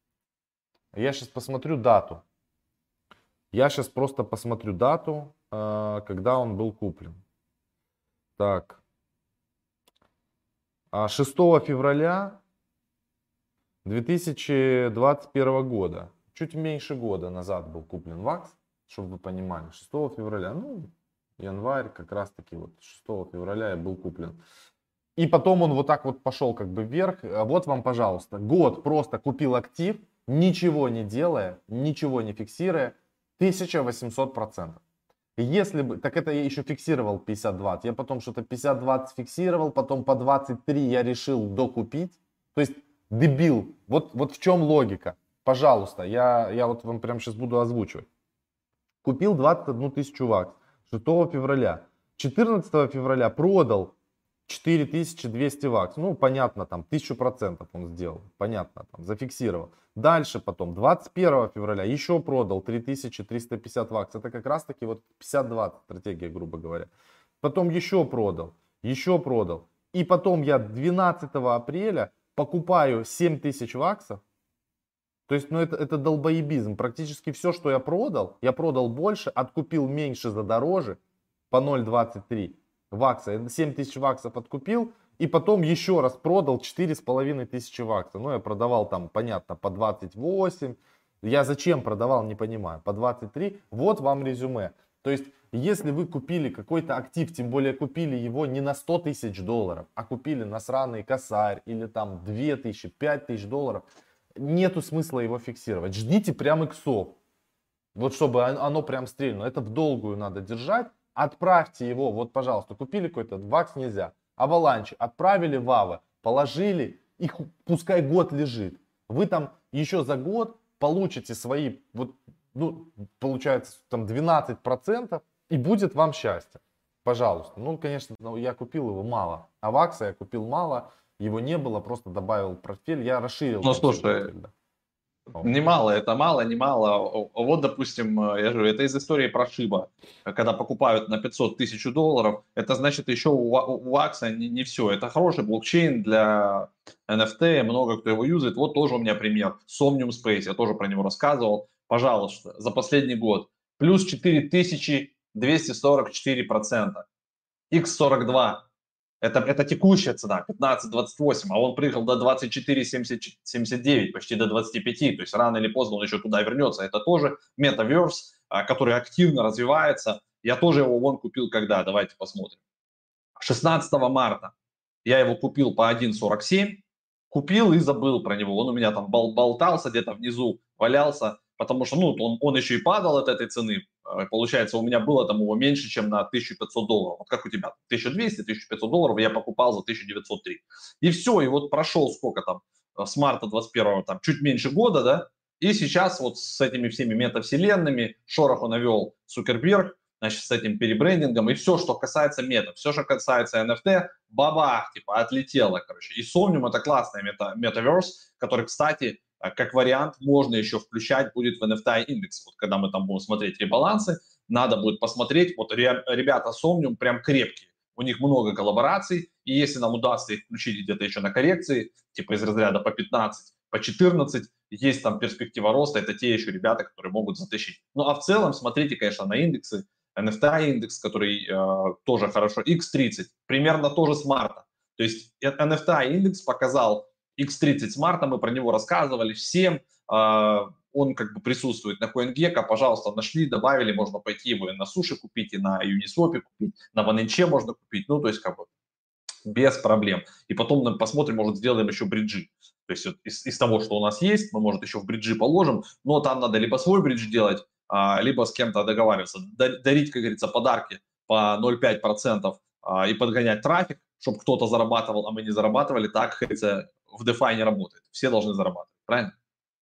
A: я сейчас посмотрю дату. Я сейчас просто посмотрю дату, когда он был куплен. Так, шестого февраля две тысячи двадцать первого года, чуть меньше года назад был куплен вакс, чтобы вы понимали, шестого февраля, ну, январь, как раз таки вот шестого февраля я был куплен. И потом он вот так вот пошел как бы вверх, вот вам, пожалуйста, год просто купил актив, ничего не делая, ничего не фиксируя, тысяча восемьсот процентов. Если бы, так это я еще фиксировал пятьдесят двадцать, я потом что-то пятьдесят двадцать фиксировал, потом по двадцать три я решил докупить. То есть дебил, вот, вот в чем логика. Пожалуйста, я, я вот вам прямо сейчас буду озвучивать. Купил двадцать одну тысячу вакс шестого февраля, четырнадцатого февраля продал четыре тысячи двести вакс. Ну, понятно, там тысячу процентов он сделал, понятно, там зафиксировал. Дальше потом, двадцать первого февраля еще продал три тысячи триста пятьдесят вакс. Это как раз таки вот пятьдесят двадцать стратегия, грубо говоря. Потом еще продал, еще продал. И потом я двенадцатого апреля покупаю семь тысяч ваксов. То есть, ну это, это долбоебизм. Практически все, что я продал, я продал больше, откупил меньше за дороже по ноль целых двадцать три вакса. семь тысяч ваксов откупил. И потом еще раз продал четыре с половиной тысячи вакса. Ну, я продавал там, понятно, по двадцать восемь. Я зачем продавал, не понимаю. По двадцать три. Вот вам резюме. То есть, если вы купили какой-то актив, тем более купили его не на сто тысяч долларов, а купили на сраный косарь или там две тысячи, пять тысяч долларов, нету смысла его фиксировать. Ждите прям иксов. Вот чтобы оно прям стрельнуло. Это в долгую надо держать. Отправьте его, вот, пожалуйста, купили какой-то, вакс нельзя. Avalanche отправили в эй ви, положили, и пускай год лежит. Вы там еще за год получите свои, вот, ну, получается, там двенадцать процентов, и будет вам счастье. Пожалуйста. Ну, конечно, я купил его мало. А вакса я купил мало, его не было, просто добавил в портфель, я расширил.
B: Ну, слушай,
A: портфель, да.
B: Немало, это мало, немало. Вот, допустим, я же говорю, это из истории про Шиба. Когда покупают на пятьсот тысяч долларов, это значит еще у, у вакса не, не все. Это хороший блокчейн для эн эф ти, много кто его юзает. Вот тоже у меня пример. Somnium Space, я тоже про него рассказывал. Пожалуйста, за последний год. Плюс четыре тысячи двести сорок четыре процента. икс сорок два. Это, это текущая цена, пятнадцать двадцать восемь, а он приехал до двадцать четыре семьдесят девять, почти до двадцати пяти, то есть рано или поздно он еще туда вернется. Это тоже Metaverse, который активно развивается. Я тоже его вон купил когда, давайте посмотрим. шестнадцатого марта я его купил по один сорок семь, купил и забыл про него. Он у меня там бол болтался где-то внизу, валялся. потому что, ну, он, он еще и падал от этой цены. Получается, у меня было там его меньше, чем на тысячу пятьсот долларов. Вот как у тебя, тысяча двести - тысяча пятьсот долларов я покупал за тысячу девятьсот три. И все, и вот прошел сколько там, с марта двадцать первого, там, чуть меньше года, да, и сейчас вот с этими всеми метавселенными шороху навел Цукерберг, значит, с этим перебрендингом, и все, что касается мета, все, что касается эн эф ти, бабах, типа, отлетело, короче. И Somnium — это классный мета, метаверс, который, кстати, как вариант, можно еще включать будет в эн эф ти индекс. Вот когда мы там будем смотреть ребалансы, надо будет посмотреть, вот ребята Somnium прям крепкие, у них много коллабораций, и если нам удастся их включить где-то еще на коррекции, типа из разряда по пятнадцать, по четырнадцать, есть там перспектива роста, это те еще ребята, которые могут затащить. Ну а в целом смотрите, конечно, на индексы, эн эф ти индекс, который э, тоже хорошо, икс тридцать, примерно тоже с марта. То есть эн эф ти индекс показал икс тридцать с марта, мы про него рассказывали всем, э, он как бы присутствует на CoinGecko, пожалуйста, нашли, добавили, можно пойти его и на суши купить, и на Uniswap купить, на OneInch можно купить, ну то есть как бы без проблем. И потом мы посмотрим, может, сделаем еще бриджи. То есть вот из, из того, что у нас есть, мы, может, еще в бриджи положим, но там надо либо свой бридж делать, а, либо с кем-то договариваться, дарить, как говорится, подарки по ноль целых пять десятых процента а, и подгонять трафик, чтобы кто-то зарабатывал, а мы не зарабатывали. Так, как говорится, в DeFi не работает. Все должны зарабатывать, правильно?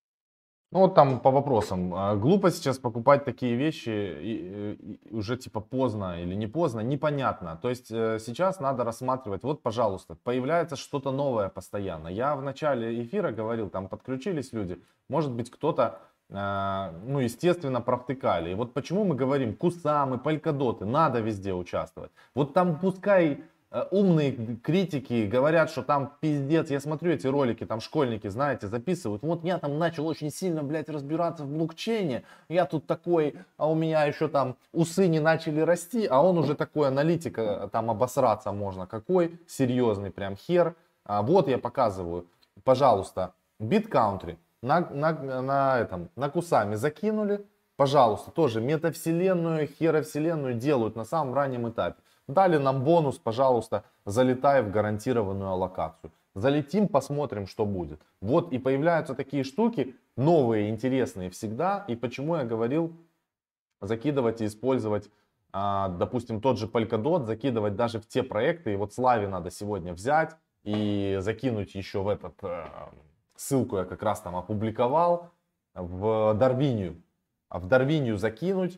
A: Ну вот там по вопросам. А, глупо сейчас покупать такие вещи, и, и уже типа поздно или не поздно, непонятно. То есть э, сейчас надо рассматривать, вот пожалуйста, появляется что-то новое постоянно. Я в начале эфира говорил, там подключились люди, может быть кто-то, э, ну естественно, провтыкали. И вот почему мы говорим, кусамы, полькодоты, надо везде участвовать. Вот там пускай... Умные критики говорят, что там пиздец. Я смотрю эти ролики, там школьники, знаете, записывают. Вот я там начал очень сильно, блядь, разбираться в блокчейне. Я тут такой, а у меня еще там усы не начали расти. А он уже такой аналитик, там обосраться можно. Какой серьезный прям хер. А вот я показываю. Пожалуйста, BitCountry на, на, на, этом, на кусами закинули. Пожалуйста, тоже метавселенную, херовселенную делают на самом раннем этапе. Дали нам бонус, пожалуйста, залетай в гарантированную аллокацию. Залетим, посмотрим, что будет. Вот и появляются такие штуки, новые, интересные всегда. И почему я говорил, закидывать и использовать, допустим, тот же Polkadot, закидывать даже в те проекты. И вот Славе надо сегодня взять и закинуть еще в этот, ссылку я как раз там опубликовал, в Дарвинию. В Дарвинию закинуть,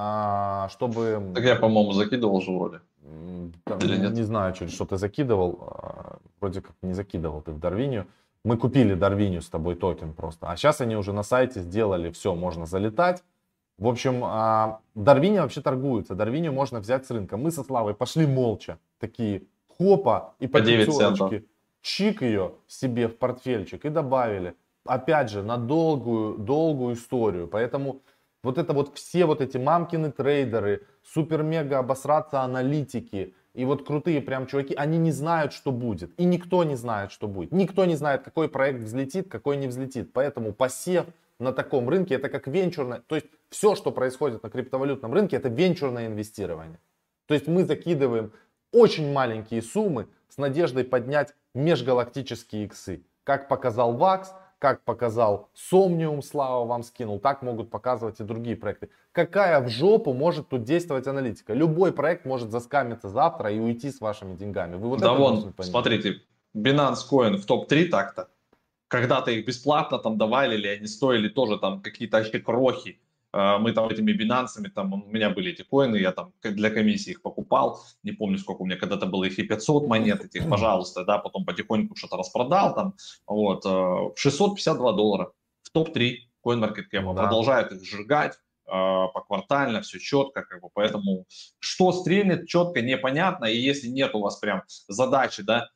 A: чтобы...
B: Так я, по-моему, закидывал уже вроде.
A: Там, не знаю, что ты закидывал, вроде как не закидывал ты в Дарвинию. Мы купили Дарвинию с тобой токен просто, а сейчас они уже на сайте сделали, все, можно залетать. В общем, Дарвиния вообще торгуется, Дарвинию можно взять с рынка. Мы со Славой пошли молча, такие, хопа, и по пятерочке, чик ее себе в портфельчик и добавили. Опять же, на долгую, долгую историю, поэтому... Вот это вот все вот эти мамкины трейдеры, супер-мега обосраться аналитики и вот крутые прям чуваки, они не знают, что будет. И никто не знает, что будет. Никто не знает, какой проект взлетит, какой не взлетит. Поэтому посев на таком рынке, это как венчурное. То есть все, что происходит на криптовалютном рынке, это венчурное инвестирование. То есть мы закидываем очень маленькие суммы с надеждой поднять межгалактические иксы. Как показал вакс, как показал Somnium, Слава вам скинул, так могут показывать и другие проекты. Какая в жопу может тут действовать аналитика? Любой проект может заскамиться завтра и уйти с вашими деньгами. Вы вот
B: да
A: это
B: вон, смотрите, Binance Coin в топ три так-то. Когда-то их бесплатно там давали, или они стоили тоже там какие-то вообще крохи. Мы там этими бинансами, там у меня были эти коины, я там для комиссии их покупал, не помню сколько у меня когда-то было их и пятьсот монет этих, пожалуйста, да, потом потихоньку что-то распродал там, вот, шестьсот пятьдесят два доллара в топ три CoinMarketCap, ну, да. Продолжают их сжигать поквартально, все четко, как бы, поэтому что стрельнет, четко, непонятно, и если нет у вас прям задачи, да,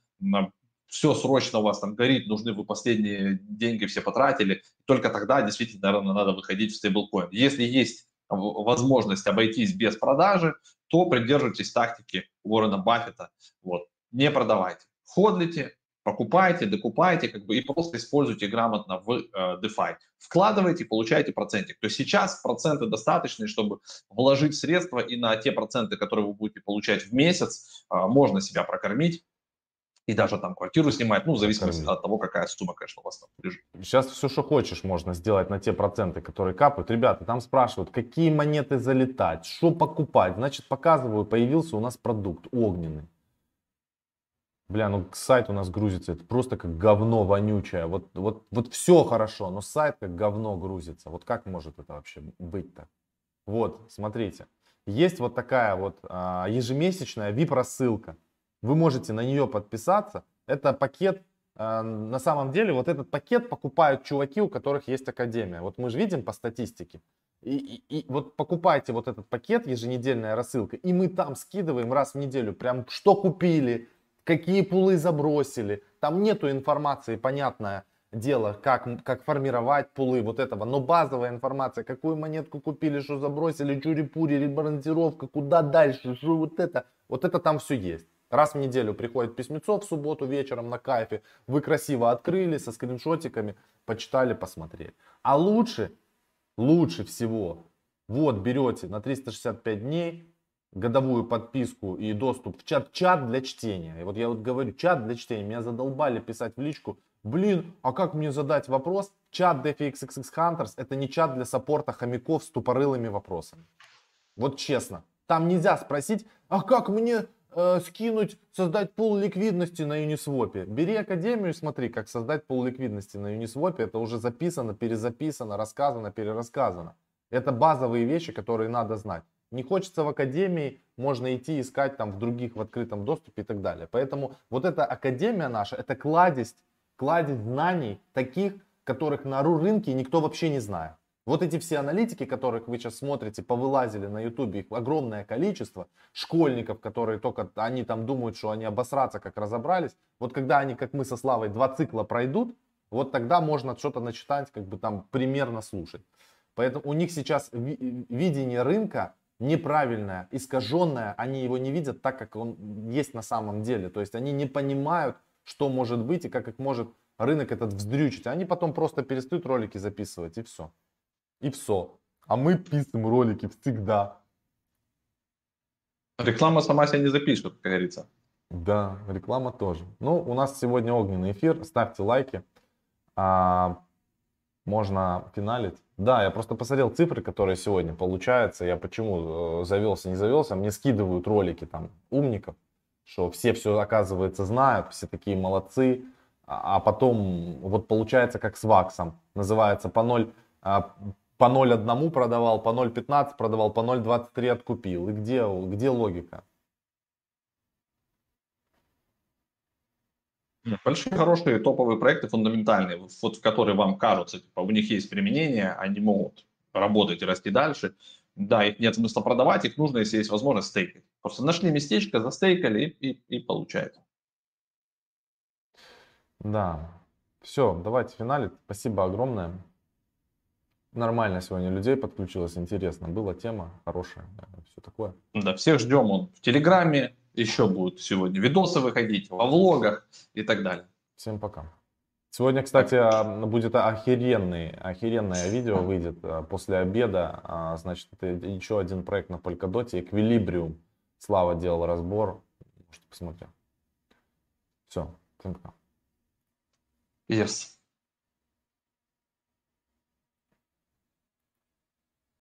B: все срочно у вас там горит, нужны вы последние деньги все потратили, только тогда действительно, наверное, надо выходить в стейблкоин. Если есть возможность обойтись без продажи, то придерживайтесь тактики Уоррена Баффета. Вот. Не продавайте. Ходлите, покупайте, докупайте, как бы, и просто используйте грамотно в э, DeFi. Вкладывайте, получайте процентик. То есть сейчас проценты достаточные, чтобы вложить средства, и на те проценты, которые вы будете получать в месяц, э, можно себя прокормить. и даже там квартиру снимать, ну, в зависимости
A: Накормить.
B: от того, какая сумма, конечно, у вас там лежит.
A: Сейчас все, что хочешь, можно сделать на те проценты, которые капают. Ребята, там спрашивают, какие монеты залетать, что покупать. Значит, показываю, появился у нас продукт огненный. Бля, ну сайт у нас грузится, это просто как говно вонючее. Вот, вот, вот все хорошо, но сайт как говно грузится. Вот как может это вообще быть-то? Вот, смотрите. Есть вот такая вот а, ежемесячная ви ай пи-рассылка. Вы можете на нее подписаться. Это пакет, а, на самом деле, вот этот пакет покупают чуваки, у которых есть академия. Вот мы же видим по статистике. И, и, и вот покупайте вот этот пакет, еженедельная рассылка, и мы там скидываем раз в неделю, прям что купили, какие пулы забросили. Там нету информации, понятная дело, как, как формировать пулы вот этого. Но базовая информация, какую монетку купили, что забросили, чури-пури, ребалансировка, куда дальше, что вот это. Вот это там все есть. Раз в неделю приходит письмецо в субботу вечером на кайфе. Вы красиво открыли со скриншотиками, почитали, посмотрели. А лучше, лучше всего, вот берете на триста шестьдесят пять дней годовую подписку и доступ в чат, чат для чтения. И вот я вот говорю, чат для чтения. Меня задолбали писать в личку. Блин, а как мне задать вопрос? Чат ди эф икс икс икс Hunters это не чат для саппорта хомяков с тупорылыми вопросами. Вот честно. Там нельзя спросить, а как мне э, скинуть, создать пул ликвидности на Uniswap? Бери академию и смотри, как создать пул ликвидности на Uniswap. Это уже записано, перезаписано, рассказано, перерассказано. Это базовые вещи, которые надо знать. Не хочется в академии, можно идти искать там в других, в открытом доступе и так далее. Поэтому вот эта академия наша, это кладезь, кладезь знаний таких, которых на рынке никто вообще не знает. Вот эти все аналитики, которых вы сейчас смотрите, повылазили на ютубе, их огромное количество, школьников, которые только, они там думают, что они обосраться, как разобрались. Вот когда они, как мы со Славой, два цикла пройдут, вот тогда можно что-то начитать, как бы там примерно слушать. Поэтому у них сейчас видение рынка неправильное, искаженное, они его не видят так, как он есть на самом деле. То есть они не понимают, что может быть и как их может рынок этот вздрючить. Они потом просто перестают ролики записывать и все. И все. А мы писаем ролики всегда.
B: Реклама сама себя не запишет, как говорится.
A: Да, реклама тоже. Ну, у нас сегодня огненный эфир. Ставьте лайки. А, можно финалить. Да, я просто посмотрел цифры, которые сегодня получаются. Я почему завелся, не завелся. Мне скидывают ролики там умников, что все все, оказывается, знают, все такие молодцы. А потом вот получается как с ваксом. Называется по ноль, по ноль одному продавал, по ноль пятнадцать продавал, по ноль двадцать три откупил. И где, где логика?
B: Большие, хорошие, топовые проекты, фундаментальные, вот в которые вам кажутся, типа, у них есть применение, они могут работать и расти дальше. Да, их нет смысла продавать, их нужно, если есть возможность, стейкать. Просто нашли местечко, застейкали и, и, и получается.
A: Да. Все, давайте финалить. Спасибо огромное. Нормально сегодня людей подключилось, интересно. Была тема хорошая, все такое.
B: Да, всех ждем он в Телеграме, еще будут сегодня видосы выходить, во влогах и так далее.
A: Всем пока. Сегодня, кстати, будет охеренный, охеренное видео выйдет после обеда. Значит, это еще один проект на Polkadot, Equilibrium. Слава делал разбор. Можете посмотреть. Все, всем пока.
B: Yes.